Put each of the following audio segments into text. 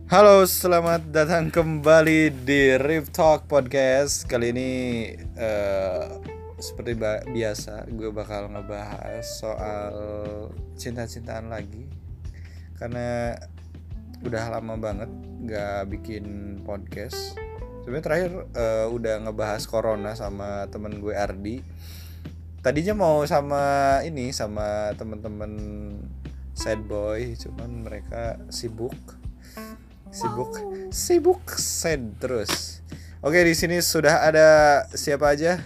Halo, selamat datang kembali di Rip Talk Podcast. Kali ini seperti biasa, gue bakal ngebahas soal cinta-cintaan lagi. Karena udah lama banget gak bikin podcast. Sebenarnya terakhir udah ngebahas corona sama temen gue Ardi. Tadinya mau sama temen-temen sad boy, cuman mereka sibuk sad terus. Oke, di sini sudah ada siapa aja?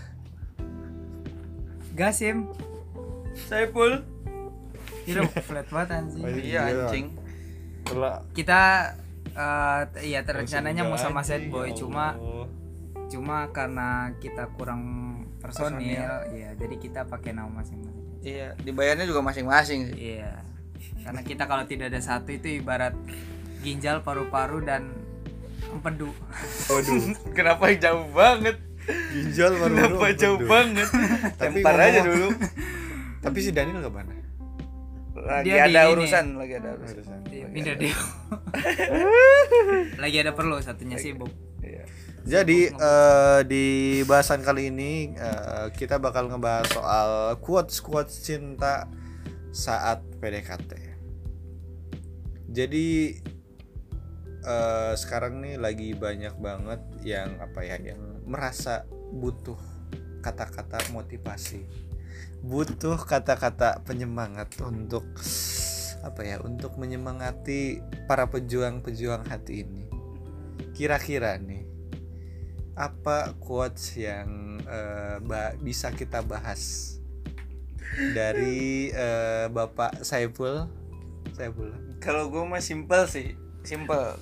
Gasim, Saiful. Hiro, flat banget anjing. Iya anjing. Kita rencananya mau sama sad boy, cuma karena kita kurang personil, ya jadi kita pakai nama masing-masing. Iya, dibayarnya juga masing-masing sih. Iya. Karena kita kalau tidak ada satu itu ibarat ginjal, paru-paru dan empedu. Waduh, Kenapa jauh banget? ginjal baru. Kenapa jauh banget? Tapi Lempar aja dulu. Tapi si Daniel kemana? Lagi Dia ada di urusan, ini. lagi ada urusan. Pindah deh. Lagi ada perlu, satunya sibuk. Iya. Jadi di bahasan kali ini kita bakal ngebahas soal quotes cinta saat PDKT. Jadi sekarang nih lagi banyak banget yang merasa butuh kata-kata motivasi, butuh kata-kata penyemangat untuk untuk menyemangati para pejuang hati ini. Kira-kira nih apa quotes yang bisa kita bahas dari Bapak Saiful? Kalau gue mah simple sih. Simple.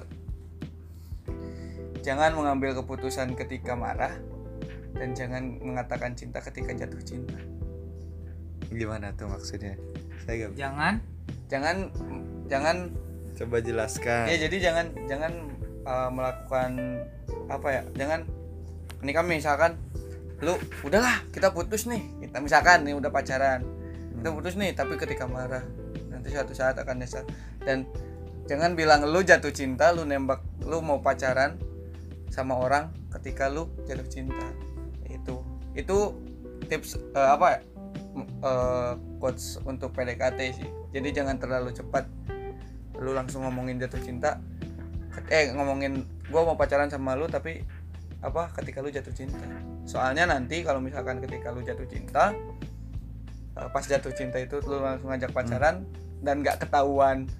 Jangan mengambil keputusan ketika marah dan jangan mengatakan cinta ketika jatuh cinta. Gimana tuh maksudnya? Saya gak... Jangan Coba jelaskan. ya, jadi jangan melakukan jangan ini kan misalkan lu udahlah kita putus nih, kita misalkan nih udah pacaran, kita putus nih, tapi ketika marah nanti suatu saat akan nyesal. Dan jangan bilang lu jatuh cinta, lu nembak, lu mau pacaran sama orang ketika lu jatuh cinta. Itu tips quotes untuk PDKT sih. Jadi jangan terlalu cepat lu langsung ngomongin jatuh cinta, ngomongin gua mau pacaran sama lu tapi ketika lu jatuh cinta. Soalnya nanti kalau misalkan ketika lu jatuh cinta, pas jatuh cinta itu lu langsung ngajak pacaran dan nggak ketahuan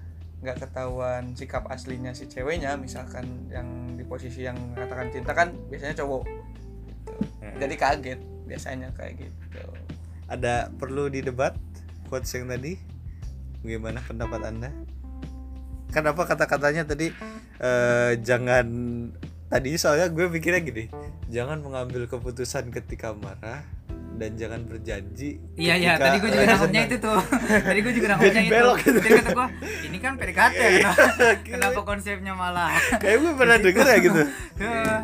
sikap aslinya si ceweknya, misalkan yang di posisi yang mengatakan cinta kan biasanya cowok gitu. Jadi kaget biasanya kayak gitu. Ada perlu didebat quotes yang tadi? Bagaimana pendapat Anda? Kenapa kata-katanya tadi jangan, tadi soalnya gue pikirnya gini, jangan mengambil keputusan ketika marah dan jangan berjanji. Iya, tadi gue juga nangkepnya itu tuh. Tadi gue juga nangkepnya itu. Jadi kata gue, ini kan PDKT ya, kenapa konsepnya malah? Kayak gue pernah denger ya gitu. Ya.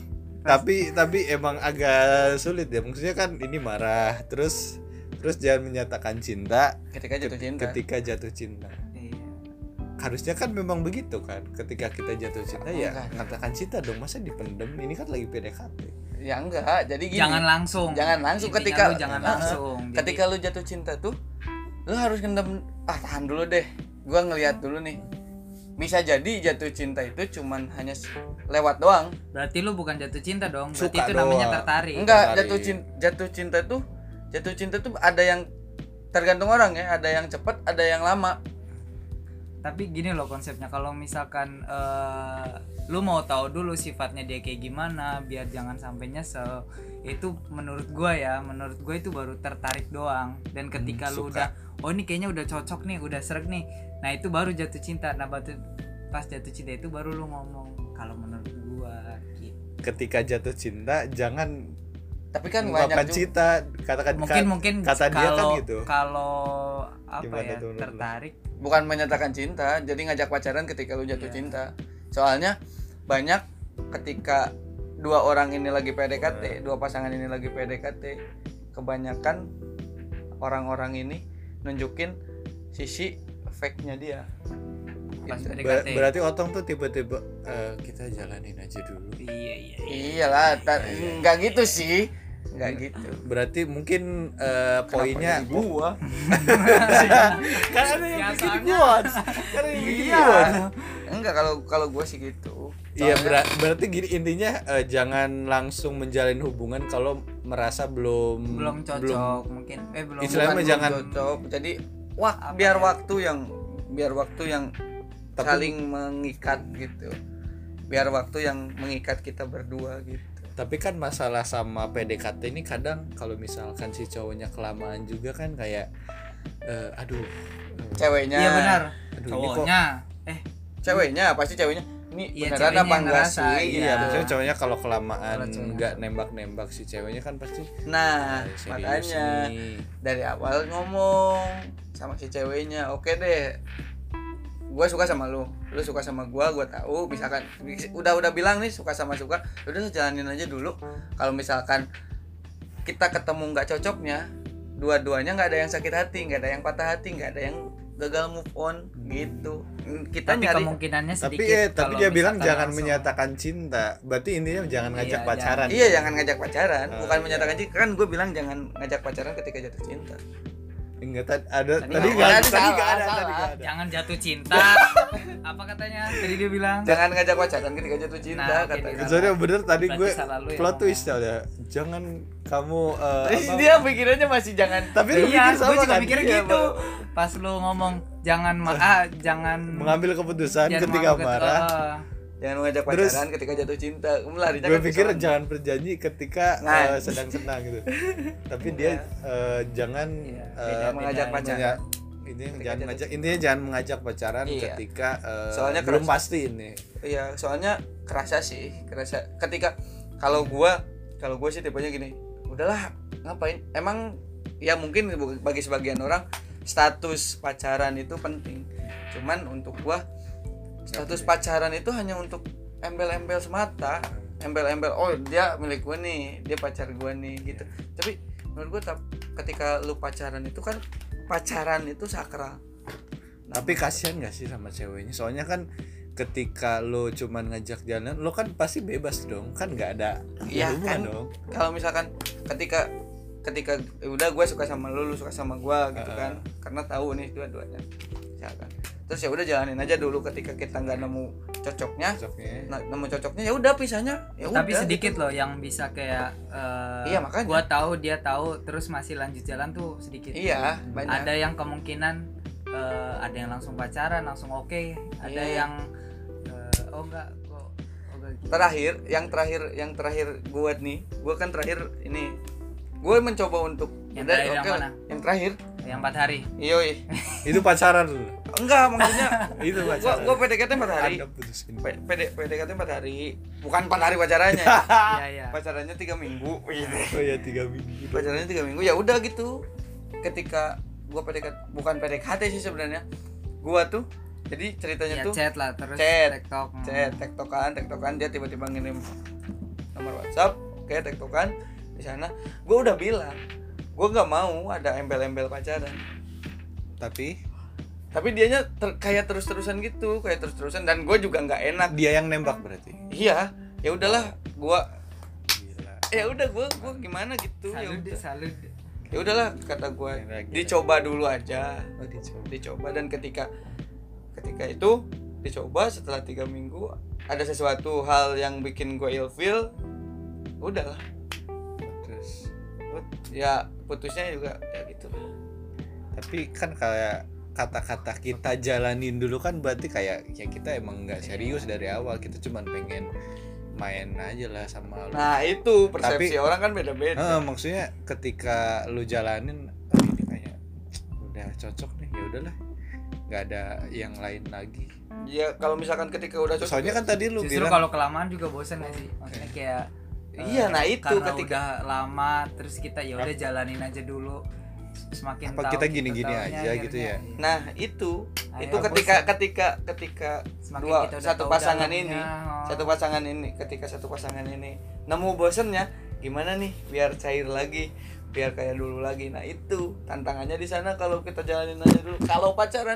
Tapi emang agak sulit ya. Maksudnya kan ini marah, terus jangan menyatakan cinta Ketika jatuh cinta. Iya. Harusnya kan memang begitu kan. Ketika kita jatuh cinta ya enggak. katakan cinta dong, masa dipendem? Ini kan lagi PDKT. Ya enggak, jadi gini. Jangan langsung Intinya ketika lu jangan langsung. Ketika lu jatuh cinta tuh lu harus ngendem, tahan dulu deh, gua ngelihat dulu nih. Bisa jadi jatuh cinta itu cuman hanya lewat doang. Berarti lu bukan jatuh cinta dong. Berarti Suka itu namanya doang. tertarik. Enggak, Tertarik. jatuh cinta tuh ada yang tergantung orang ya, ada yang cepat, ada yang lama. Tapi gini loh konsepnya, kalau misalkan lu mau tahu dulu sifatnya dia kayak gimana biar jangan sampai nyesel, itu menurut gue itu baru tertarik doang. Dan ketika lu udah ini kayaknya udah cocok nih, udah sreg nih, nah itu baru jatuh cinta. Nah pas jatuh cinta itu baru lu ngomong, kalau menurut gue gitu. Ketika jatuh cinta jangan Tapi kan mengungkapkan banyak cinta, katakan mungkin kata dia kan gitu. Kalau Gimana tuh menurut lu? tertarik bukan menyatakan cinta, jadi ngajak pacaran ketika lu jatuh cinta. Soalnya banyak ketika dua orang ini lagi PDKT, dua pasangan ini lagi PDKT, kebanyakan orang-orang ini nunjukin sisi fake-nya dia. pas gitu. PDKT. Berarti Otong tuh tiba-tiba kita jalanin aja dulu. Iya. Iyalah, nggak gitu sih, nggak gitu. Berarti mungkin poinnya Kenapa jadi gua. kan ada yang bikin Biasanya. quotes. Kan ada yang bikin Iya. quotes. Enggak, kalau gua sih gitu. Iya, Soalnya- berarti gini intinya, jangan langsung menjalin hubungan kalau merasa belum Cocok mungkin. Belum. Istilahnya bukan mah jangan- belum cocok. Jadi Apa biar ya? waktu yang Tapi- saling mengikat gitu. Biar waktu yang mengikat kita berdua gitu. Tapi kan masalah sama PDKT ini kadang kalau misalkan si cowoknya kelamaan juga kan kayak Ceweknya. Iya benar. Aduh, ini Cowoknya. Ceweknya pasti ceweknya. Ini Iya, beneran ceweknya apa yang enggak ngerasa, sih? iya, Iya. maksudnya cowoknya kalau kelamaan Kalau cowoknya. nggak nembak-nembak si ceweknya kan pasti Nah, serius makanya nih. dari awal ngomong sama si ceweknya, oke deh, gue suka sama lu suka sama gue tahu, misalkan udah bilang nih suka sama suka, udah jalanin aja dulu. Kalau misalkan kita ketemu nggak cocoknya, dua-duanya nggak ada yang sakit hati, nggak ada yang patah hati, nggak ada yang gagal move on gitu. Kita Tapi nyari. kemungkinannya Tapi sedikit. tapi kalau dia bilang misalkan jangan langsung. menyatakan cinta. Berarti intinya jangan Iya, ngajak jangan. pacaran. Iya, jangan ngajak pacaran, Oh, bukan iya. menyatakan cinta. Kan gue bilang jangan ngajak pacaran ketika jatuh cinta. Enggak ada Tadi tadi nggak nggak ada, ada, tadi salah, nggak ada, salah. tadi nggak ada. Jangan jatuh cinta. Apa katanya? Tadi dia bilang. Jangan ngajak pacaran ketika jatuh cinta, Nah, oke, katanya. dia Soalnya bener tadi Berarti gue salah lu yang plot ngomong. twist ya. Jangan kamu Terus apa, dia pikirannya masih jangan. tapi lu Iya, pikir gue sama juga kan? mikirnya Iya, gitu. Pas lu ngomong jangan jangan Mengambil keputusan jangan ketika mengambil marah. Jangan ngajak Terus- pacaran ketika jatuh cinta. Larinya Gue kan pikir kesana. jangan berjanji ketika Nah. sedang senang gitu. Tapi dia jangan Iya, beda, mengajak pacaran. intinya jangan mengajak pacaran Iya. ketika Soalnya belum kerasa. pasti ini. Iya, soalnya kerasa ketika kalau gue sih tipenya gini, udahlah ngapain, emang ya mungkin bagi sebagian orang status pacaran itu penting, cuman untuk gue status pacaran itu hanya untuk embel-embel semata, embel-embel, oh dia milik gue nih, dia pacar gue nih gitu. Tapi menurut gue ketika lu pacaran itu kan pacaran itu sakral. Tapi kasihan gak sih sama ceweknya? Soalnya kan ketika lo cuman ngajak jalan, lo kan pasti bebas dong, kan nggak ada Iya hubungan kan, dong. kalau misalkan ketika udah gue suka sama lu suka sama gue gitu kan, karena tahu nih dua-duanya misalkan, terus ya udah jalanin aja dulu. Ketika kita nggak nemu cocoknya, Cocoknya. nemu cocoknya ya udah pisahnya, ya udah. tapi sedikit gitu. loh yang bisa kayak Iya, makanya. gua tahu dia tahu terus masih lanjut jalan tuh sedikit. Iya, banyak. Ada yang kemungkinan ada yang langsung pacaran langsung oke, ada Iya. yang oh enggak kok oh enggak gitu. yang terakhir gue nih, gue kan terakhir ini gue mencoba untuk Yang udah, terakhir yang oke lah. mana? Yang terakhir yang 4 hari. yoi. Itu pacaran lo. Enggak, maksudnya Itu gue pacaran. PDKT 4 hari. Anda putusin. PDKT 4 hari, bukan 4 hari pacarannya. Iya iya. Pacarannya 3 minggu. Oh ya 3 minggu. Pacarannya 3 minggu, ya udah gitu. Ketika gua PDKT, bukan PDKT sih sebenarnya. Gua tuh jadi ceritanya Ya, tuh chat lah terus chat, TikTok. tektokan dia tiba-tiba ngirim nomor WhatsApp, oke tektokan di sana. Gua udah bilang, gua nggak mau ada embel-embel pacaran. Tapi dianya kayak terus-terusan gitu, kayak terus-terusan, dan gue juga nggak enak. Dia yang nembak berarti. Iya, ya udahlah, gua Gila. ya udah gua gimana gitu, ya Salud, udah. salud. Ya udahlah, kata gue, Gila. dicoba dulu aja. Oh, dicoba. Dicoba, dan ketika itu dicoba setelah 3 minggu ada sesuatu hal yang bikin gue ilfeel, udahlah, Terus ya putusnya juga ya gitu. tapi kan kayak kata-kata kita jalanin dulu kan berarti kayak ya kita emang nggak serius dari awal, kita cuman pengen main aja lah sama lu. Nah itu persepsi Tapi- orang kan beda-beda. Maksudnya ketika lu jalanin, oh, ini kayak udah cocok nih, ya udahlah, nggak ada yang lain lagi. Ya kalau misalkan ketika udah cocok, Soalnya kan tadi lu Justru bilang kalau kelamaan juga bosan gak sih? Maksudnya kayak Iya, nah itu karena ketika udah lama terus kita ya udah jalanin aja dulu. Semakin apa tahu kita gini-gini taunya aja gitu ya. akhirnya. nah itu Ayo, ketika Semakin dua kita udah satu tahu pasangan dalamnya, ini oh. ketika satu pasangan ini nemu bosennya, gimana nih biar cair lagi, biar kayak dulu lagi. Nah itu tantangannya di sana kalau kita jalanin aja dulu. Kalau pacaran,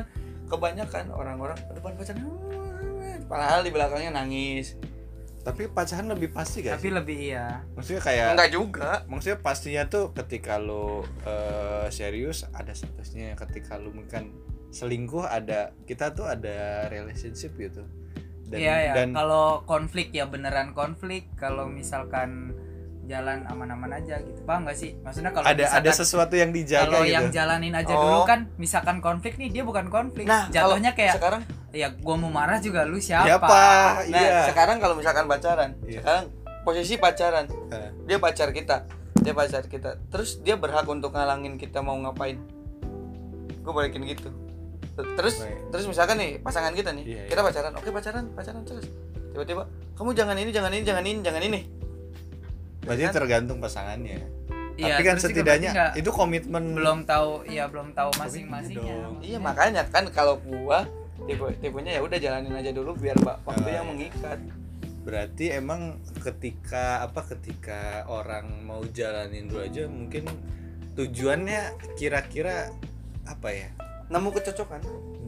kebanyakan orang-orang depan pacaran padahal di belakangnya nangis. Tapi pacaran lebih pasti gak Tapi sih? lebih iya. Maksudnya kayak Enggak juga. maksudnya pastinya tuh ketika lu serius ada statusnya, ketika lu mungkin selingkuh ada, kita tuh ada relationship gitu. Iya ya. Kalau konflik ya beneran konflik. Kalau misalkan jalan aman-aman aja gitu, paham gak sih? Maksudnya kalau ada sesuatu yang dijaga kalau gitu. yang jalanin aja dulu kan, misalkan konflik nih dia bukan konflik. Nah, jatuhnya kayak sekarang ya gua mau marah juga lu siapa? Siapa? nah Iya. sekarang kalau misalkan pacaran, Iya. sekarang posisi pacaran, Eh, dia pacar kita, terus dia berhak untuk ngalangin kita mau ngapain. Gue balikin gitu. Terus Baik. terus misalkan nih pasangan kita nih, Iya, kita pacaran, oke pacaran terus. Tiba-tiba kamu jangan ini. berarti Kan? tergantung pasangannya. Iya, Tapi kan terus juga setidaknya berarti nggak- itu komitmen. belum tahu masing-masingnya. dong. Iya makanya kan kalau gua tipenya ya udah jalanin aja dulu biar waktu yang mengikat. Berarti emang ketika orang mau jalanin dulu aja mungkin tujuannya kira-kira apa ya? Nemu kecocokan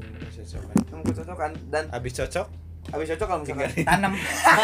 dan Habis cocok habis cocok kalau misalkan tinggalin. Tanam.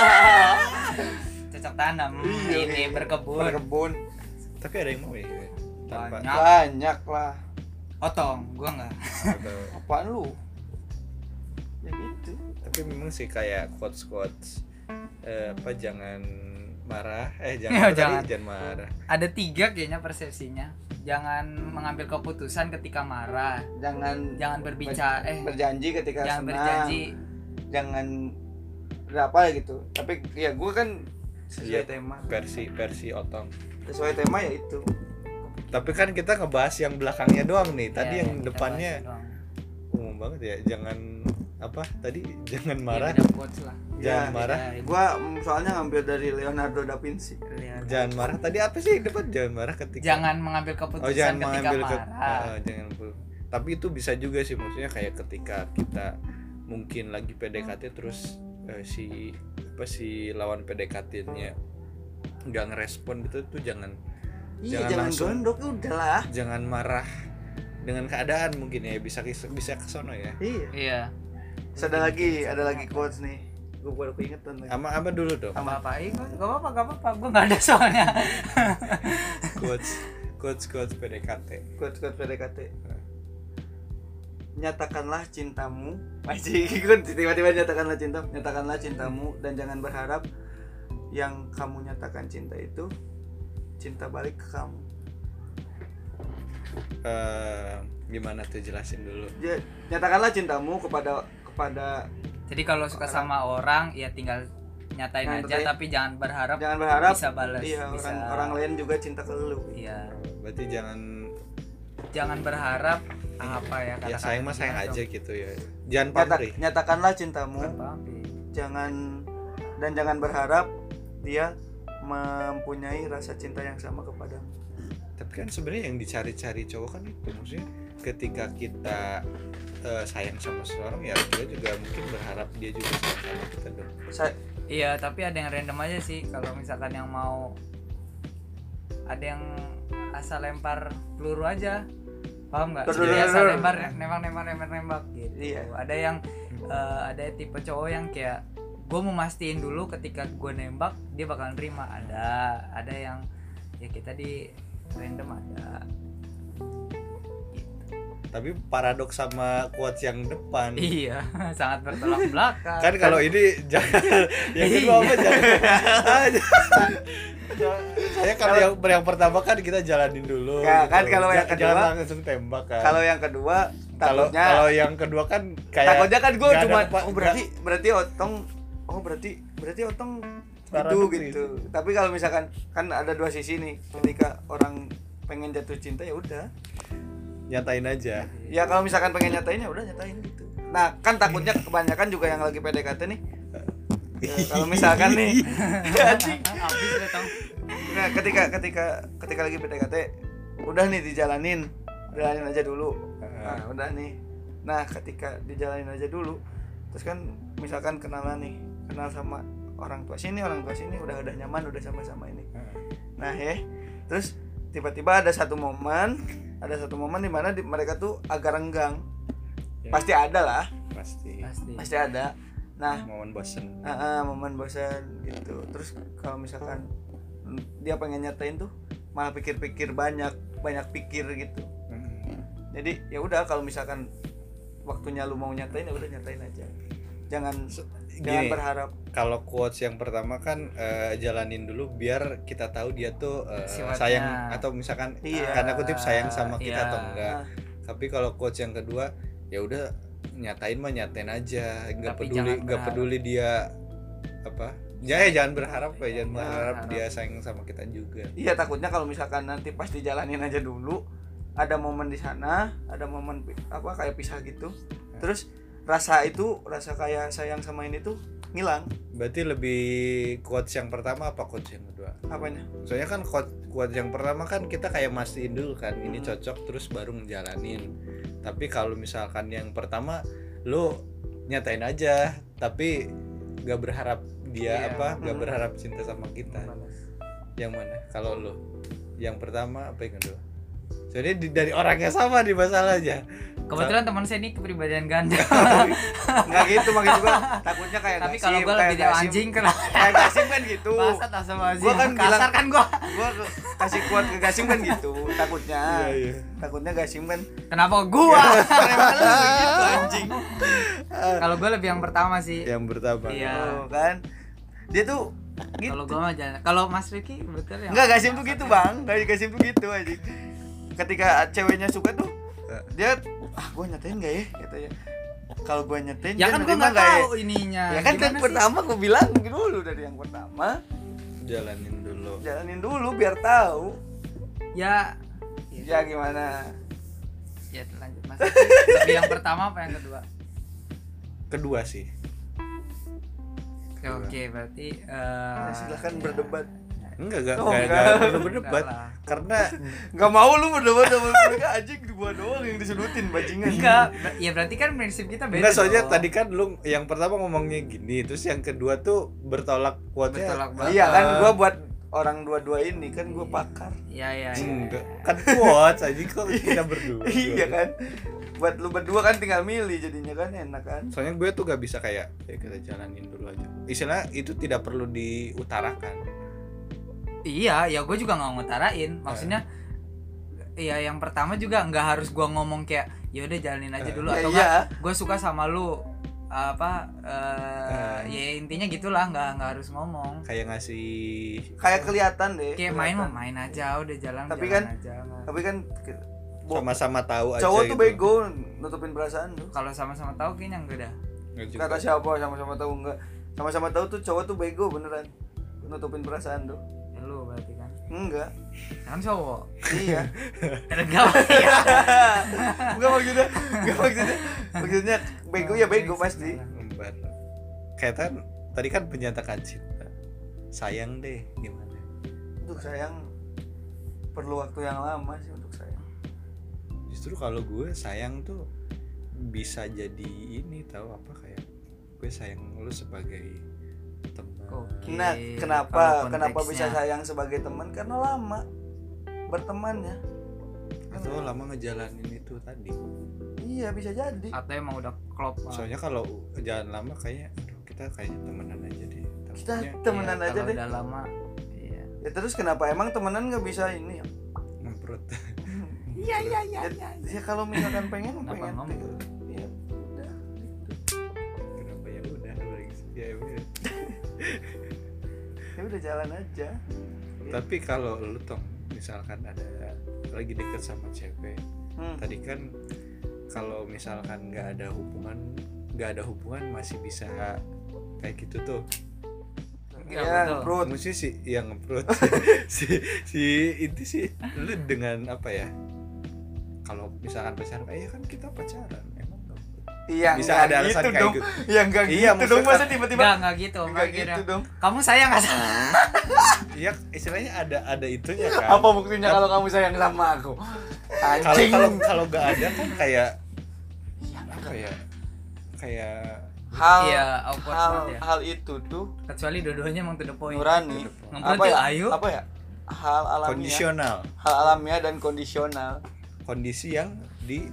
Cocok tanam. Ini berkebun. Tapi ada yang mau ya? Tanpa Banyak. banyak lah. Otong, gua enggak. atau- Apaan lu? Ya gitu. Tapi memang sih kayak quotes jangan marah, Ya, jangan marah. Ada 3 kayaknya persepsinya. Jangan mengambil keputusan ketika marah. Jangan Berbicara berjanji ketika jangan senang. berjanji. Jangan berapa gitu. Tapi ya gue kan sesuai Iya, tema. versi otong. Sesuai tema ya itu. Tapi kan kita ngebahas yang belakangnya doang nih. Tadi Ya, yang kita depannya bahas doang. umum banget ya. Jangan jangan marah. Ya, beda quotes lah. Jangan Ya, marah. beda. Gua soalnya ngambil dari Leonardo da Vinci. Lihat. Jangan marah. Tadi apa sih depan? Jangan marah ketika Jangan mengambil keputusan jangan ketika mengambil marah. tapi itu bisa juga sih, maksudnya kayak ketika kita mungkin lagi PDKT terus si lawan PDKT-nya nggak ngerespon gitu tuh jangan Jangan langsung gondok udahlah. jangan marah dengan keadaan, mungkin ya bisa ke sono ya. Iya. Iya. Terus ada lagi quotes nih. Gue baru keingetan lagi. Ama dulu dong. Apa gak apa-apa. Gue gak ada soalnya. quotes PDKT. Quotes PDKT. Nyatakanlah cintamu. Masih ikut tiba-tiba nyatakanlah cintamu dan jangan berharap yang kamu nyatakan cinta itu cinta balik ke kamu. Gimana tuh, jelasin dulu. Nyatakanlah cintamu kepada Jadi kalau suka sama orang ya tinggal nyatain aja, Nyatain. tapi jangan berharap bisa balas. Iya, bisa. orang lain juga cinta ke lu. Iya. Berarti Jangan berharap apa ya, ya kata-kata sayang mah sayang gimana aja dong? gitu ya. Jangan pamrih. Nyatakanlah cintamu. Bukan pamrih. Jangan berharap dia mempunyai rasa cinta yang sama kepadamu. Tapi kan sebenarnya yang dicari-cari cowok kan itu, maksudnya ketika kita sayang sama seseorang ya kita juga mungkin berharap dia juga sayang sama kita dong. Iya, tapi ada yang random aja sih. Kalau misalkan yang mau, ada yang asal lempar peluru aja, paham nggak? Terus, Jadi terus, asal terus. nembak gitu. Iya. Ada yang ada tipe cowok yang kayak gue mau mastiin dulu ketika gue nembak dia bakalan terima. Ada yang ya kita di random ada. Tapi paradoks sama quotes yang depan. Iya, sangat bertolak belakang. Kan kalau ini jangan yang kedua apa saya kalau yang pertama kan kita jalanin dulu. Ya, gitu. kan kalau yang Jangan kedua- langsung tembak kan. Kalau yang kedua kalau takutnya yang kedua kan kayak takutnya kan gue nggak ada cuma berarti berarti otong Paradoks gitu. Tapi kalau misalkan kan ada dua sisi nih, ketika orang pengen jatuh cinta ya udah. nyatain aja. Ya kalau misalkan pengen nyatain ya udah nyatain gitu. Nah, kan takutnya kebanyakan juga yang lagi PDKT nih. Ya, kalau misalkan nih anjing. habis deh tong. Nah, ketika lagi PDKT udah nih jalanin aja dulu. Nah, udah nih. Nah, ketika dijalanin aja dulu, terus kan misalkan kenal sama orang tua sini udah nyaman, udah sama-sama ini. Nah, terus tiba-tiba ada satu momen di mana mereka tuh agak renggang. pasti ada lah, pasti pasti ada. Nah, momen bosen. momen bosan gitu. Terus kalau misalkan dia pengen nyatain tuh malah pikir-pikir banyak pikir gitu. Jadi ya udah, kalau misalkan waktunya lu mau nyatain ya udah nyatain aja. Jangan Gini, berharap. kalau quotes yang pertama kan jalanin dulu biar kita tahu dia tuh Sifatnya. sayang atau misalkan Iya. karena kutip sayang sama kita Iya. atau enggak. Nah, Tapi kalau quotes yang kedua ya udah nyatain aja, nggak Tapi peduli jangan nggak berharap. peduli dia apa. Jangan berharap ya, jangan Jangan berharap berharap. dia sayang sama kita juga. iya, takutnya kalau misalkan nanti pas dijalanin aja dulu, ada momen di sana, ada momen apa kayak pisah gitu. Terus rasa kayak sayang sama ini tuh ngilang. Berarti lebih quotes yang pertama apa quotes yang kedua? Apanya? Soalnya kan quotes yang pertama kan kita kayak mastiin dulu kan ini cocok terus baru ngejalanin. Tapi kalau misalkan yang pertama lu nyatain aja tapi gak berharap dia Iya. gak berharap cinta sama kita. Yang mana? Kalau lu yang pertama apa yang kedua? Soalnya dari orangnya sama di masalahnya. Kebetulan teman saya ini kepribadian ganda. Nggak gitu, maksud gua takutnya kayak Tapi Gasim, kalau gue kayak lebih dari Gasim. anjing kena. Kayak Gasim kan gitu. Bangsat astagfirullahaladzim. Gua kan kasar bilang- kan gua. Gua kasih kuat ke Gasim kan gitu, takutnya. Iya. Takutnya Gasim kan Kenapa gua? preman lu gitu anjing. Kalau gua lebih yang pertama sih. Yang pertama. Iya. Tuh kan. Dia tuh gitu. Kalau gua mah jangan. Kalau Mas Ricky betul ya. Enggak, Gasim tuh gitu, Bang. Gasim tuh gitu anjing. Ketika ceweknya suka tuh dia gua nyatain enggak ya katanya. Kalau gua nyatain Ya dia kan gua nerima nggak nggak tahu ininya. Ya kan Gimana sih? pertama gua bilang dulu dari yang pertama, Jalanin dulu. jalanin dulu biar tahu. Ya. Ya gimana? Ya lanjut Mas. Lebih yang pertama apa yang kedua? Kedua sih. Oke, berarti Ya, silakan berdebat. Enggak Oh, enggak. perlu berdebat Enggak lah. karena Gak mau lu berdebat sama mereka, anjing gua doang yang disudutin bajingan. Enggak, ya berarti kan prinsip kita beda. enggak, soalnya dong. tadi kan lu yang pertama ngomongnya gini, terus yang kedua tuh bertolak quote-nya. Bertolak belakang. Iya kan gua buat orang dua-dua ini kan gua pakar. Iya. Enggak. Kan quotes aja kok kita berdua. Iya kan. Buat lu berdua kan tinggal milih jadinya kan enak kan. Soalnya gue tuh gak bisa kayak ya kita jalanin dulu aja. Istilah itu tidak perlu diutarakan. Iya, ya gue juga nggak ngutarain. Maksudnya, ya yang pertama juga nggak harus gue ngomong kayak, ya udah jalanin aja dulu Ya atau iya. gue suka sama lu apa ya intinya gitulah, nggak harus ngomong. Kayak ngasih Kayak kelihatan deh. Kayak main kelihatan. mah main aja, udah jalan Tapi jalan kan aja. Tapi kan sama-sama tahu aja cowok gitu. tuh bego nutupin perasaan tuh. Kalau sama-sama tahu kayaknya enggak dah. Nggak juga. Kata siapa sama-sama tahu enggak? Sama-sama tahu tuh cowok tuh bego beneran. Nutupin perasaan tuh. Ya lu berarti kan. Enggak. Kan cowok. Iya. Enggak ya. Enggak maksudnya. Maksudnya bego ya bego pasti. Embar. Kayak kan tadi kan menyatakan cinta. Sayang deh gimana? Untuk sayang perlu waktu yang lama sih untuk sayang. Justru kalau gue sayang tuh bisa jadi ini tahu apa kayak gue sayang lu sebagai teman. Oke. Nah, Kalau kenapa konteksnya. bisa sayang sebagai teman? Karena lama bertemannya. Atau lama ngejalanin itu tadi. Iya, bisa jadi. Atau emang udah klop. Soalnya kalau jalan lama kayaknya aduh kita kayaknya temenan aja deh. Kita Takutnya temenan Iya, aja kalau deh. udah lama. Iya. Ya terus kenapa emang temenan nggak bisa ini ya? ngemprut. Iya. Ya kalau misalkan pengen Kenapa pengen. ngomong? Ya udah. Kenapa ya udah ya udah. Ya udah jalan aja. Tapi kalau lu Tong misalkan ada lagi deket sama cewek, tadi kan kalau misalkan nggak ada hubungan masih bisa kayak gitu tuh. Ya, Ya, betul. perut. Mesti sih yang ngeprut si itu sih lu dengan apa ya? Kalau misalkan pacaran, ya kan kita pacaran, emang dong. Iya, Bisa nggak ada alasan gitu kayak dong. gitu. Ya enggak Iya, gitu dong, maksudnya masa tiba-tiba Enggak gitu. enggak Enggak gitu dong. Kamu sayang enggak sama? Iya, istilahnya ada itunya kan. Apa buktinya kalau kamu sayang sama aku? Anjing. Kalau nggak ada kan kayak apa ya? Kayak hal Iya, awkward hal, banget ya. hal itu tuh Kecuali dua-duanya emang to the point. nurani. Ngemprut Apa yuk, ya? ayo. Apa ya? Hal alamiah. kondisional, Hal alamiah dan kondisional. kondisi yang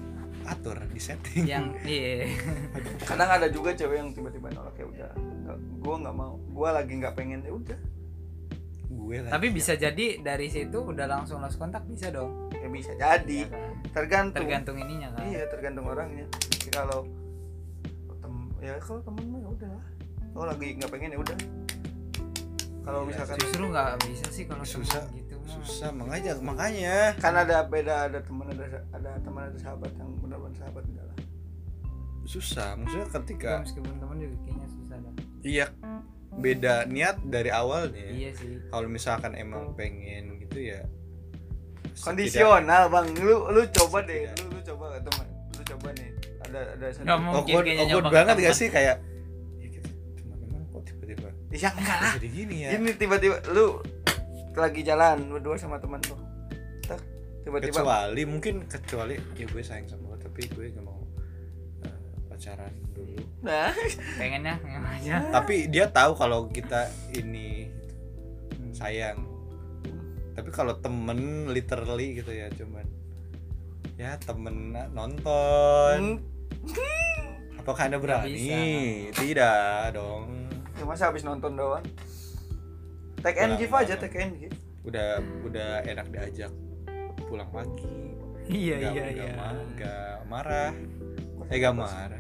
atur, di setting. yang iya. Kadang ada juga cewek yang tiba-tiba nolak, ya udah gue nggak mau, gue lagi nggak pengen, ya udah. Gue lah. Tapi bisa jadi dari situ udah langsung lost kontak, bisa dong. Ya bisa jadi, Iya kan? tergantung Ininya kan. iya tergantung orangnya. Jadi kalau kalau temen mah ya udah lah, kalau lagi nggak pengen ya udah. Kalau Iya, misalkan Justru nggak bisa sih kalau susah teman gitu mah. susah makanya kan ada beda, ada teman, ada sahabat yang benar-benar sahabat, enggak lah. susah maksudnya ketika Meskipun teman juga kayaknya susah dah. iya beda niat dari awalnya. Iya sih. Kalau misalkan emang pengen gitu ya Kondisional bang, lu coba deh, lu coba teman, lu coba nih, ada satu Nggak mungkin kayaknya awkward nyoba banget ketemu. gak sih kayak ya kita teman-teman kok tiba-tiba ya enggak lah, jadi gini ya. ini tiba-tiba lu lagi jalan berdua sama teman lu, tak tiba-tiba kecuali ya gue sayang sama lo tapi gue gak mau pacaran dulu. nah Pengennya yang aja. Tapi dia tahu kalau kita ini sayang. Tapi kalau temen literally gitu ya cuman ya temen nonton. Apakah Anda berani? Tidak dong. ya masa habis nonton doang, take and give aja, take and give. Udah enak diajak pulang pagi. Iya. Gak marah. Gak marah.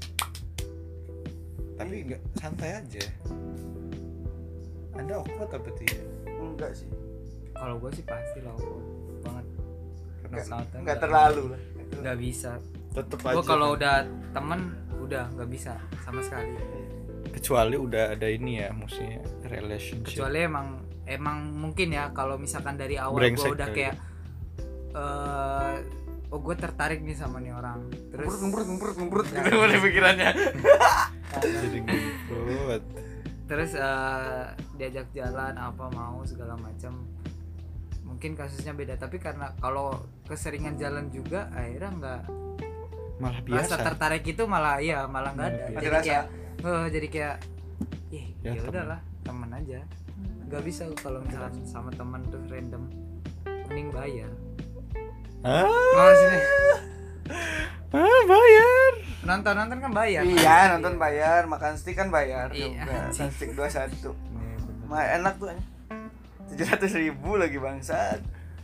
Tapi gak santai aja. Anda awkward apa tidak? Enggak sih, Kalau gue sih pasti lah banget. enggak terlalu lah. Nggak bisa. Tetep Gue aja. kalau udah temen udah nggak bisa sama sekali. Kecuali udah ada ini ya, maksudnya relationship. Kecuali emang mungkin ya kalau misalkan dari awal gue Brengsek udah kali. kayak gue tertarik nih sama nih orang. Terus Ngemprut Ya. gitu ada pikirannya. Jadi ngikut. terus diajak jalan apa mau segala macam, mungkin kasusnya beda. Tapi karena kalau keseringan jalan juga akhirnya nggak Malah rasa biasa. tertarik itu malah nggak ada. Ada Jadi rasa. kayak jadi kayak Ya, ya udahlah teman aja. Nggak bisa kalau misalkan sama teman terus random, mending bayar. Maksudnya Bayar. nonton kan bayar. Iya, nonton bayar, makan steak kan bayar Iya, juga. anjing. Steak 21. Enak tuh. 700.000 lagi bangsat.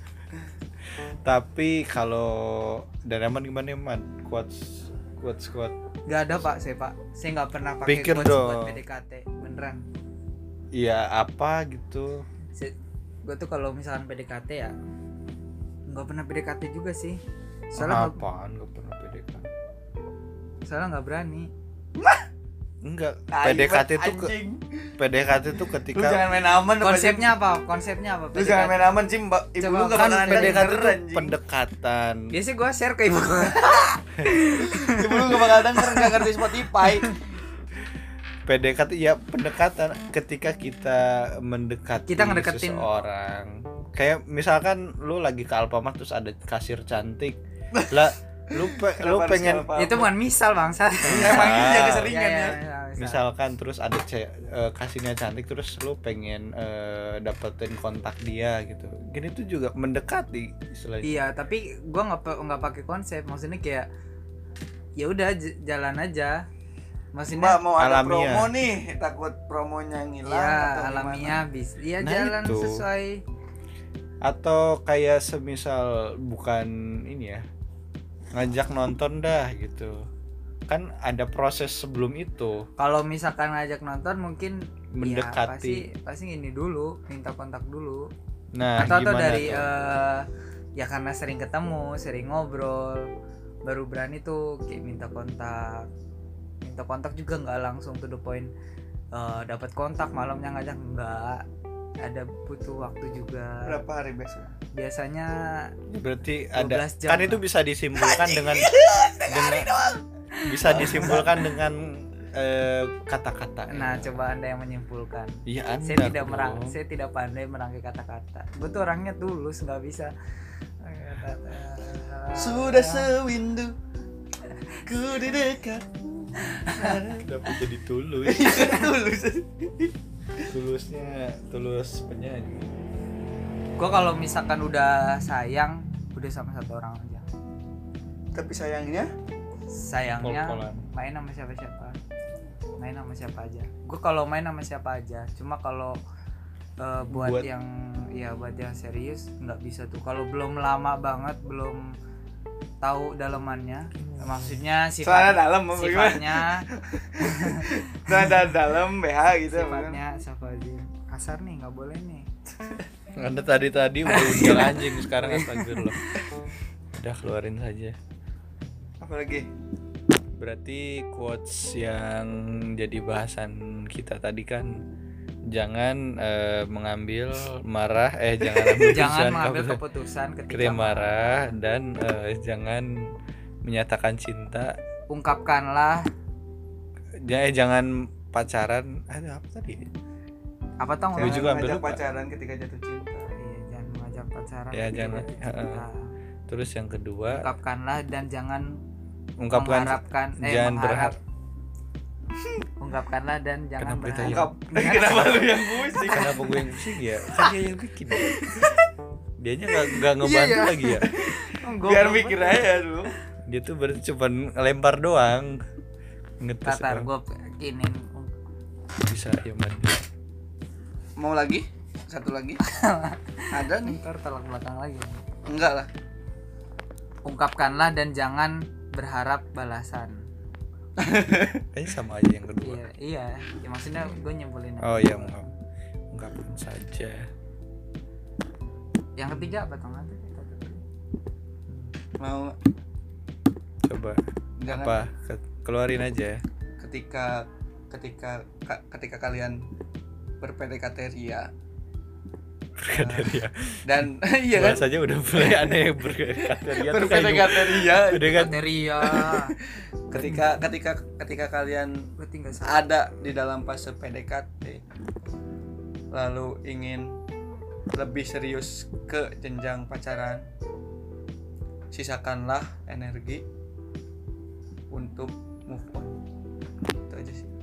Tapi kalau dari Aman gimana Man? Quotes. Nggak ada pak, saya nggak pernah pakai Pikir quotes dong. buat PDKT beneran. Iya apa gitu. Gue tuh kalau misalkan PDKT ya nggak pernah PDKT juga sih. Soalnya Apaan gak pernah PDKT? nggak berani. Enggak, Tai, PDKT tuh anjing. PDKT tuh Lu ketika jangan main aman apa, Konsepnya apa? Jim? Lu jangan main aman, Jim. Ibu Coba, lu enggak kan bakalan PDKT denger, tuh anjing. pendekatan. Biasanya gue share ke ibu. Ibu lu enggak bakal denger, enggak ngerti Spotify. PDKT ya pendekatan ketika kita mendekati Kita ngedeketin. seseorang. Kayak misalkan lu lagi ke Alfamart terus ada kasir cantik. Lah lu Kenapa harus pengen Alfamart? Itu bukan misal bangsa. Emang ini Misal. ya keseringan ya. misalkan terus ada kasirnya cantik terus lu pengen dapetin kontak dia gitu. Gini tuh juga mendekati istilahnya. Iya, tapi gue nggak pakai konsep. Maksudnya kayak ya udah jalan aja. Maksudnya Mbak mau ada Alamiah. promo nih, takut promonya ngilang ya atau alamiah bis. Iya Nah, jalan itu. sesuai. Atau kayak semisal bukan ini ya, ngajak nonton dah gitu. Kan ada proses sebelum itu. Kalau misalkan ngajak nonton mungkin Mendekati. ya, pasti ini dulu, minta kontak dulu. Nah, Atau gimana dari tuh? ya karena sering ketemu, sering ngobrol, baru berani tuh kayak minta kontak. Minta kontak juga nggak langsung to the point dapat kontak malamnya ngajak, nggak. Ada butuh waktu juga. berapa hari biasa? Biasanya Berarti 12 ada jam kan lah. itu bisa disimpulkan dengan bisa disimpulkan dengan kata-kata. nah coba Anda yang menyimpulkan. Iya, Anda. Saya tidak pandai merangkai kata-kata. Gue tuh orangnya tulus, nggak bisa. Sudah sewindu ku di dekat. Kenapa jadi tulus? Tulus. Tulus penyanyi. Gue kalau misalkan udah sayang, udah sama satu orang aja. Tapi sayangnya Pol-polan. main sama siapa aja. Gue kalau main sama siapa aja, cuma kalau buat yang serius nggak bisa tuh. Kalau belum lama banget, belum tahu dalemannya, maksudnya Celana dalam apa sifatnya dalam BH gitu. sifatnya siapa aja. Kasar nih, nggak boleh nih. Anda tadi udah undang anjing, sekarang astagfirullah. Udah keluarin saja. Apalagi? Berarti quotes yang jadi bahasan kita tadi kan jangan mengambil marah jangan ambil Jangan mengambil keputusan ketika marah dan jangan menyatakan cinta. Ungkapkanlah Jangan pacaran. Ada apa tadi? apa tau Gue Jangan juga hampir mengajak lupa. pacaran ketika jatuh cinta. Iya, jangan mengajak pacaran. Ya, ketika jangan. jatuh cinta. Terus yang kedua, Ungkapkanlah dan jangan ungkapkan mengharapkan jangan berharap. Ungkapkanlah dan jangan Kenapa itu berharap. Kenapa lu yang musik? Kenapa gue yang pusing ya? Kan dia yang bikin. Dianya nggak ngebantu Iya. lagi ya. Biar mikir aja dulu. Dia tuh cuma ngelempar doang. Ngetes Tatar doang. gue kinin Bisa ya mandi. Mau lagi? Satu lagi? Ada nih. ntar telak belakang lagi. Enggak lah. Ungkapkanlah dan jangan berharap balasan. Kayaknya sama aja yang kedua. Iya, ya maksudnya gue nyimpulin. Oh iya, ungkapkan saja. Yang ketiga apa tuh? Mau Coba jangan apa? Keluarin aja. ketika kalian ber-PDKT ria Berkriteria. dan iya kan? Bahasanya udah mulai aneh berkriteria tuh kayak Ber-PDKT ria udah kan. Kriteria. ketika kalian Berarti nggak salah. ada di dalam fase PDKT lalu ingin lebih serius ke jenjang pacaran, sisakanlah energi untuk move on. Itu aja sih.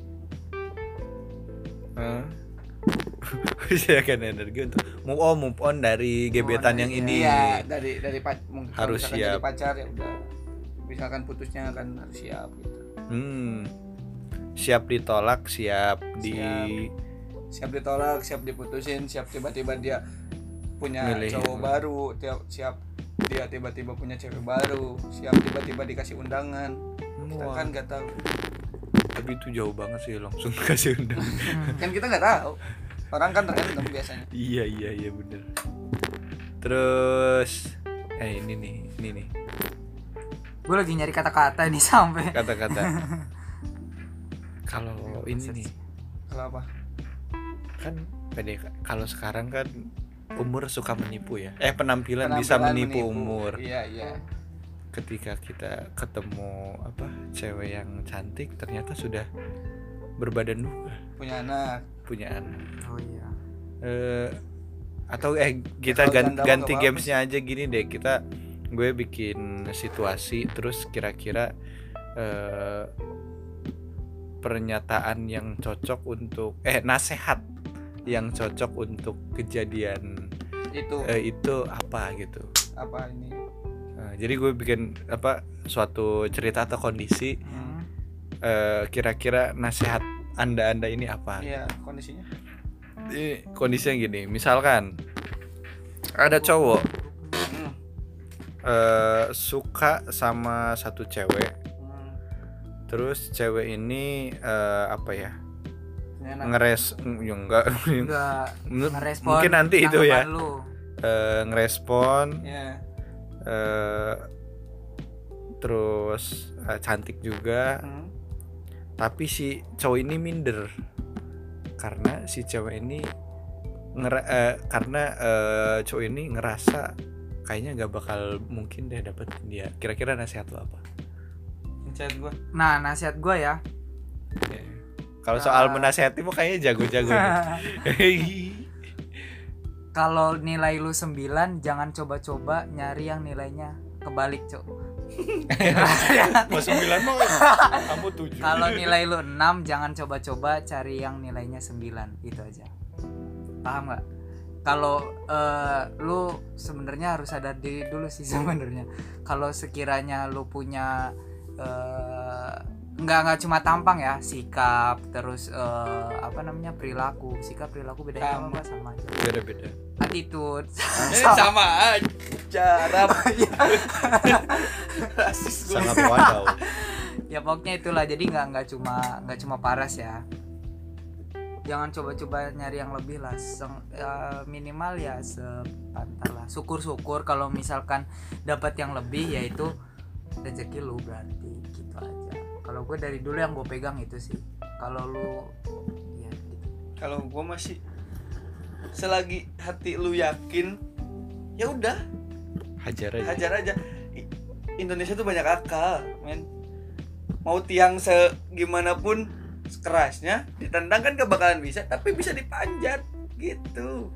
Silakan energi untuk move on dari gebetan yang ini. Iya, dari mungkin kalau Harus misalkan siap. jadi pacar ya udah, misalkan putusnya kan harus siap gitu. Siap ditolak, siap Siap ditolak, siap diputusin, siap tiba-tiba dia punya Milih. cowok baru, siap dia tiba-tiba punya cewek baru, siap tiba-tiba dikasih undangan. Kita Wah. kan nggak tahu. Tapi itu jauh banget sih langsung kasih undangan. Kan kita nggak tahu. Orang kan random biasanya. Iya bener. Terus ini nih Gue lagi nyari kata-kata nih sampai. kata-kata. Kalau ini nih Kalau apa? kan kalau sekarang kan umur suka menipu ya. Penampilan bisa menipu umur. Iya. Ketika kita ketemu cewek yang cantik ternyata sudah berbadan dua, Punya anak. Oh iya. Atau kita Kalau janda ganti nggak gamesnya aja gini deh, gue bikin situasi terus kira-kira pernyataan yang cocok untuk nasehat yang cocok untuk kejadian itu apa gitu. Apa ini? Jadi gue bikin suatu cerita atau kondisi, kira-kira nasihat anda ini apa? Iya, kondisinya. Ini kondisinya gini, misalkan ada cowok suka sama satu cewek, terus cewek ini Enggak ngerespon. mungkin nanti itu ya tanggapan lu. ngerespon, Iya. terus cantik juga, tapi si cowok ini minder karena si cewek ini karena cowok ini ngerasa kayaknya nggak bakal mungkin deh dapetin dia. Kira-kira nasihat lo apa? Chat gua. Nah, nasihat gue ya. Kalau soal menasihati mah kayaknya jago-jago. Kalau nilai lu 9, jangan coba-coba nyari yang nilainya kebalik, Cok. Mau 9 mau kamu 7. Kalau nilai lu 6, jangan coba-coba cari yang nilainya 9. Itu aja. Paham nggak? kalau lu sebenarnya harus sadar diri dulu sih sebenarnya. Kalau sekiranya lu punya nggak cuma tampang ya, sikap, terus apa namanya, perilaku. Sikap, perilaku bedanya apa? Sama aja. Beda-beda. Attitude Sama aja. Rasis gue. Sangat wadaw. Ya pokoknya itulah. Jadi nggak cuma paras ya. Jangan coba-coba nyari yang lebih lah. Minimal ya sepantar lah. Syukur-syukur kalau misalkan dapat yang lebih, yaitu rezeki lu berarti, gitu aja. Kalau gue dari dulu yang gue pegang itu sih. Kalau lu ya gitu. Kalau gue masih selagi hati lu yakin, ya udah Hajar aja. hajar aja. Indonesia tuh banyak akal, men. Mau tiang segimanapun kerasnya, ditendang kan gak bakalan bisa, tapi bisa dipanjat gitu.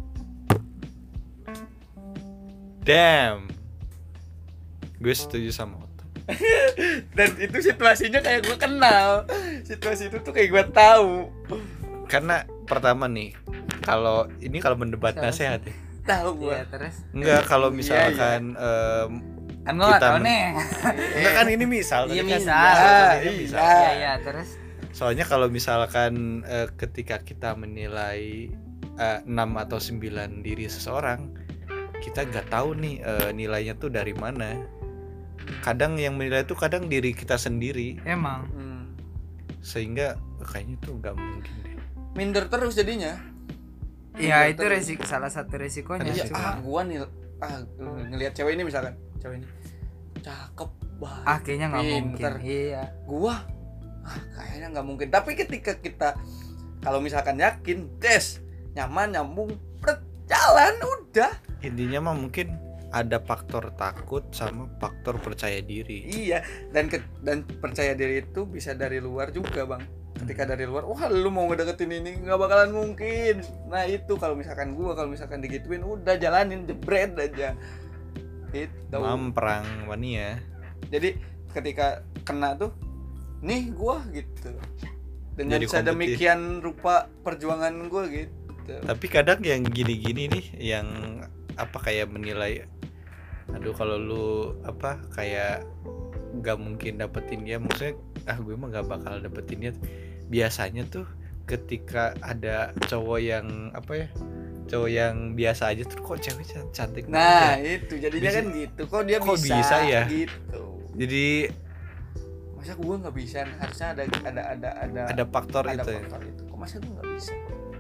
Damn. Gue setuju sama Otto. Dan itu situasinya kayak gue kenal. Situasi itu tuh kayak gue tahu. Karena pertama nih, kalau mendebat nasihat ya. Tahu gue. Iya, terus Enggak, kalau Iya, misalkan kan gue nggak kita tahu nih. enggak kan ini misal. Iya, tadi kan misal. tadinya misal. Iya, iya, terus Soalnya kalau misalkan ketika kita menilai 6 atau 9 diri seseorang, kita nggak tahu nih nilainya tuh dari mana. Kadang yang menilai itu kadang diri kita sendiri, emang sehingga kayaknya tuh nggak mungkin deh. Minder terus jadinya. ya itu resiko, salah satu resikonya. Iya, Cuma gua nih ngelihat cewek ini misalkan, cewek ini cakep banget. kayaknya nggak mungkin. Pinter. Iya. Gua kayaknya nggak mungkin. Tapi ketika kita kalau misalkan yakin, des, nyaman, nyambung, berjalan, udah. Intinya mah mungkin ada faktor takut sama faktor percaya diri. Iya, dan percaya diri itu bisa dari luar juga, Bang. Ketika dari luar, wah lu mau ngedeketin ini nggak bakalan mungkin. Nah itu kalau misalkan digituin, udah jalanin, jebret aja. Itu. Perang mania. Jadi ketika kena tuh, nih gua gitu. Dengan Jadi sedemikian rupa perjuangan gua gitu. Tapi kadang yang gini-gini nih, yang apa kayak menilai, aduh kalau lu apa kayak nggak mungkin dapetin dia, maksudnya gue mah nggak bakal dapetin dia. Biasanya tuh ketika ada cowok yang apa ya, cowok yang biasa aja tuh, kok cewek cantik Nah banget itu jadinya Bisa- kan gitu. Kok dia kok bisa, bisa ya? gitu. jadi Masa gua nggak bisa? Harusnya ada faktor ada itu ya. faktor itu. Kok masa gua nggak bisa?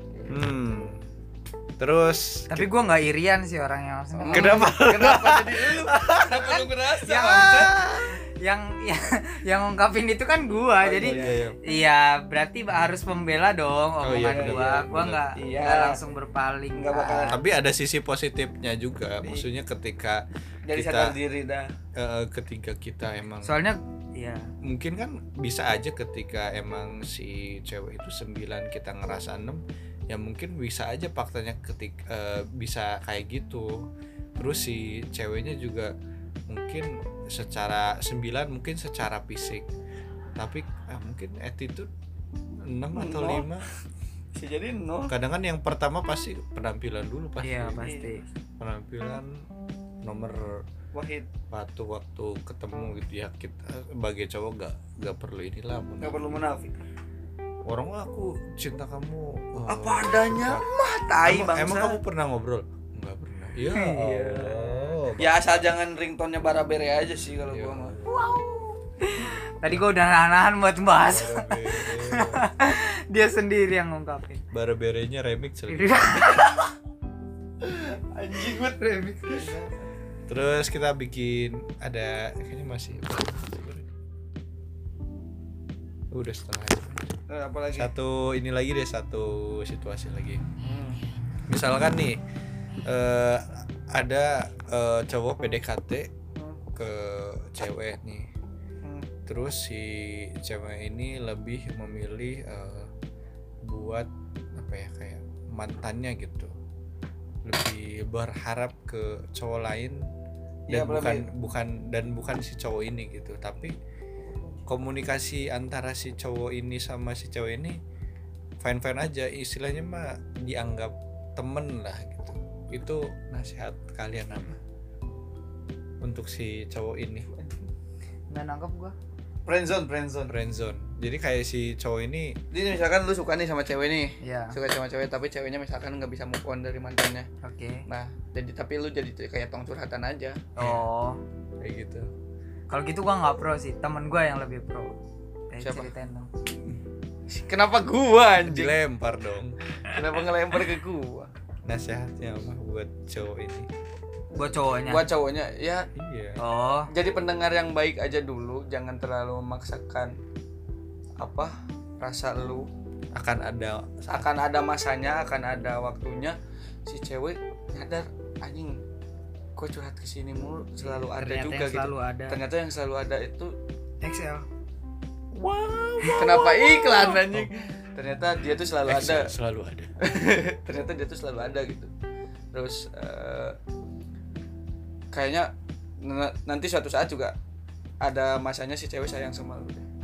Terus Tapi gue nggak irian sih orangnya, maksudnya. kenapa Kenapa jadi lu? Kenapa lu ngerasa? yang ngungkapin itu kan gua, jadi iya. iya berarti harus membela dong Oh, iya, omongan benar, gua. benar, Gua benar. nggak Iya. nggak langsung berpaling. Nggak bakalan. tapi ada sisi positifnya juga, maksudnya ketika Jadi kita sadar diri dah. ketika kita emang Soalnya ya mungkin kan bisa aja ketika emang si cewek itu 9 kita ngerasa 6, ya mungkin bisa aja faktanya bisa kayak gitu. Terus si ceweknya juga mungkin secara 9 mungkin secara fisik, tapi mungkin attitude 6 atau 5. Bisa jadi no. Kadang kan yang pertama pasti penampilan dulu pasti. iya pasti. Penampilan nomor Wahid. waktu ketemu gitu ya, kita sebagai cowok gak perlu inilah, Nggak perlu munafik. orang aku cinta kamu Apa adanya mah tai bangsa. emang kamu pernah ngobrol? Nggak pernah. Iya. Ya asal jangan ringtone-nya Barabere aja sih kalau gua mah. Tadi gua udah nahan buat bahas. Dia sendiri yang ngungkapin. Baraberenya remix lagi. Anjing gue remix. Terus kita bikin ada kayaknya masih udah setengah aja. Apalagi? Satu ini lagi deh, satu situasi lagi. Misalkan nih ada cowok PDKT ke cewek nih. Terus si cewek ini lebih memilih buat apa ya, kayak mantannya gitu, lebih berharap ke cowok lain dan Ya, bukan si cowok ini gitu. Tapi komunikasi antara si cowok ini sama si cewek ini fine aja, istilahnya mah dianggap temen lah gitu. itu nasihat kalian apa untuk si cowok ini? Nggak nangkep gua. friendzone. Jadi kayak si cowok ini, Jadi misalkan lu suka nih sama cewek nih, Iya. suka sama cewek tapi ceweknya misalkan nggak bisa move on dari mantannya. Oke. Nah, jadi tapi lu jadi kayak tong curhatan aja. Oh. kayak gitu. Kalau gitu gua nggak pro sih, temen gua yang lebih pro. Siapa? Ceritain dong. Kenapa gua anjing? Dilempar dong. Kenapa ngelempar ke gua? Nasihatnya apa buat cowok ini? Buat cowoknya. Buat cowoknya ya Iya. Oh. jadi pendengar yang baik aja dulu, jangan terlalu memaksakan apa rasa lu. Akan ada Akan ada masanya, akan ada waktunya si cewek nyadar anjing gua curhat ke sini mulu selalu ada Ternyata juga yang gitu. selalu ada. Ternyata yang selalu ada itu XL. kenapa iklan anjing? Ternyata dia tuh selalu ada. Selalu ada. Ternyata dia tuh selalu ada gitu. Terus kayaknya nanti suatu saat juga ada masanya si cewek sayang sama lu deh.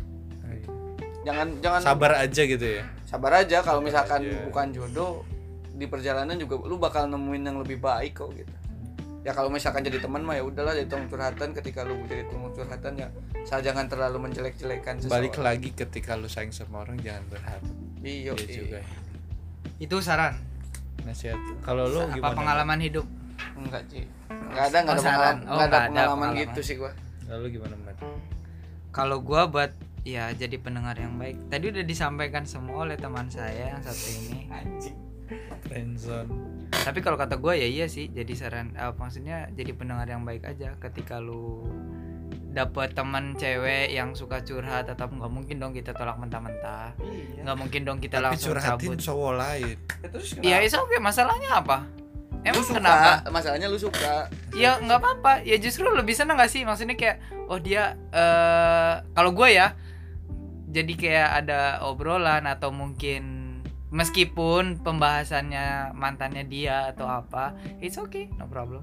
Jangan Sabar aja gitu ya. sabar aja kalau Sabar misalkan aja. bukan jodoh di perjalanan juga lu bakal nemuin yang lebih baik kok gitu. Ya kalau misalkan jadi teman mah ya udahlah, jadi teman curhatan. Ketika lu jadi teman curhatan ya jangan terlalu menjelek-jelekan seseorang. Balik lagi ketika lu sayang sama orang jangan berharap. Iya Dia juga. Itu saran. Nasihat. Kalau lu Apa gimana? pengalaman hidup? Enggak sih. Enggak ada Oh, saran. Oh, nggak ada nggak ada pengalaman pengalaman. gitu sih gua. Lalu gimana, Mat? Kalau gua buat ya jadi pendengar yang baik. Tadi udah disampaikan semua oleh teman saya yang satu ini. Anjing. Friendzone. Tapi kalau kata gua ya iya sih, jadi saran maksudnya jadi pendengar yang baik aja. Ketika lu dapet teman cewek yang suka curhat, tetap nggak mungkin dong kita tolak mentah-mentah. Iya. Nggak mungkin dong kita Tapi langsung curhatin cabut. cowok lain. Ya, terus Ya itu oke, masalahnya apa? lu Emang suka, kenapa? masalahnya lu suka. Ya nggak apa-apa, ya justru lebih seneng gak sih, maksudnya kayak oh dia kalau gue ya jadi kayak ada obrolan atau mungkin meskipun pembahasannya mantannya dia atau apa, it's okay, no problem.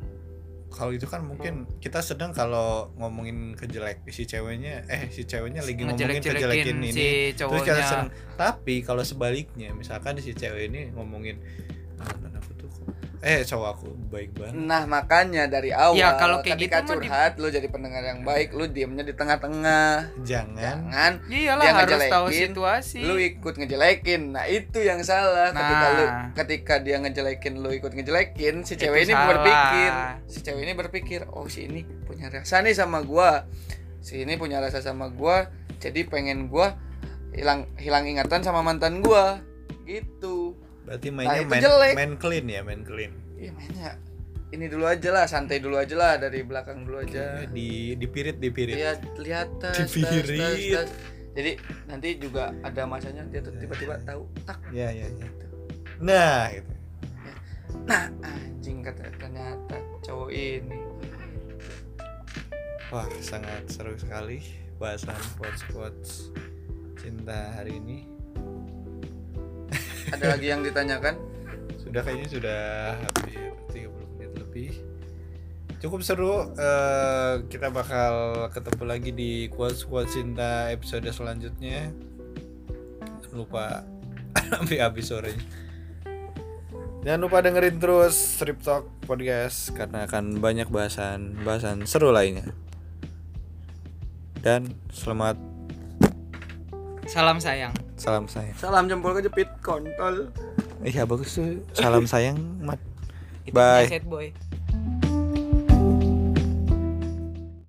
Kalau itu kan mungkin kita sedang kalau ngomongin si ceweknya lagi ngomongin kejelekin ini si terus kita cowoknya. seneng. Tapi kalau sebaliknya misalkan si cewek ini ngomongin mantan aku tuh cowok aku baik banget. Nah makanya dari awal Ya, kalau kayak ketika gitu mah curhat lu jadi pendengar yang baik, lu diemnya di tengah-tengah. Jangan Iyalah dia harus tahu ngejelekin, situasi. lu ikut ngejelekin. Nah itu yang salah. Nah. Ketika dia ngejelekin lu ikut ngejelekin, si Itu cewek ini salah. berpikir oh si ini punya rasa nih sama gua, si ini punya rasa sama gua, jadi pengen gua hilang ingatan sama mantan gua gitu. Berarti mainnya Nah, itu jelek. main clean ya, main clean. Iya mainnya ini dulu aja lah, santai dulu aja lah, dari belakang dulu aja. Dipirit. Iya, lihat tas. Dipirit. Jadi nanti juga ada masanya dia tuh tiba-tiba tahu tak. Ya. Nah, gitu. Nah, anjing ternyata cowok ini. Wah, sangat seru sekali bahasan quotes cinta hari ini. Ada lagi yang ditanyakan? Kayaknya sudah hampir 30 menit lebih. Cukup seru. Kita bakal ketemu lagi di quotes cinta episode selanjutnya. Jangan lupa sampai habis sorenya. Jangan lupa dengerin terus Strip Talk Podcast karena akan banyak bahasan seru lainnya. Dan Salam sayang. salam sayang. Salam jempol kejepit kontol. Iya bagus tuh. Salam sayang, Mat. Itu Bye. punya Sad Boy.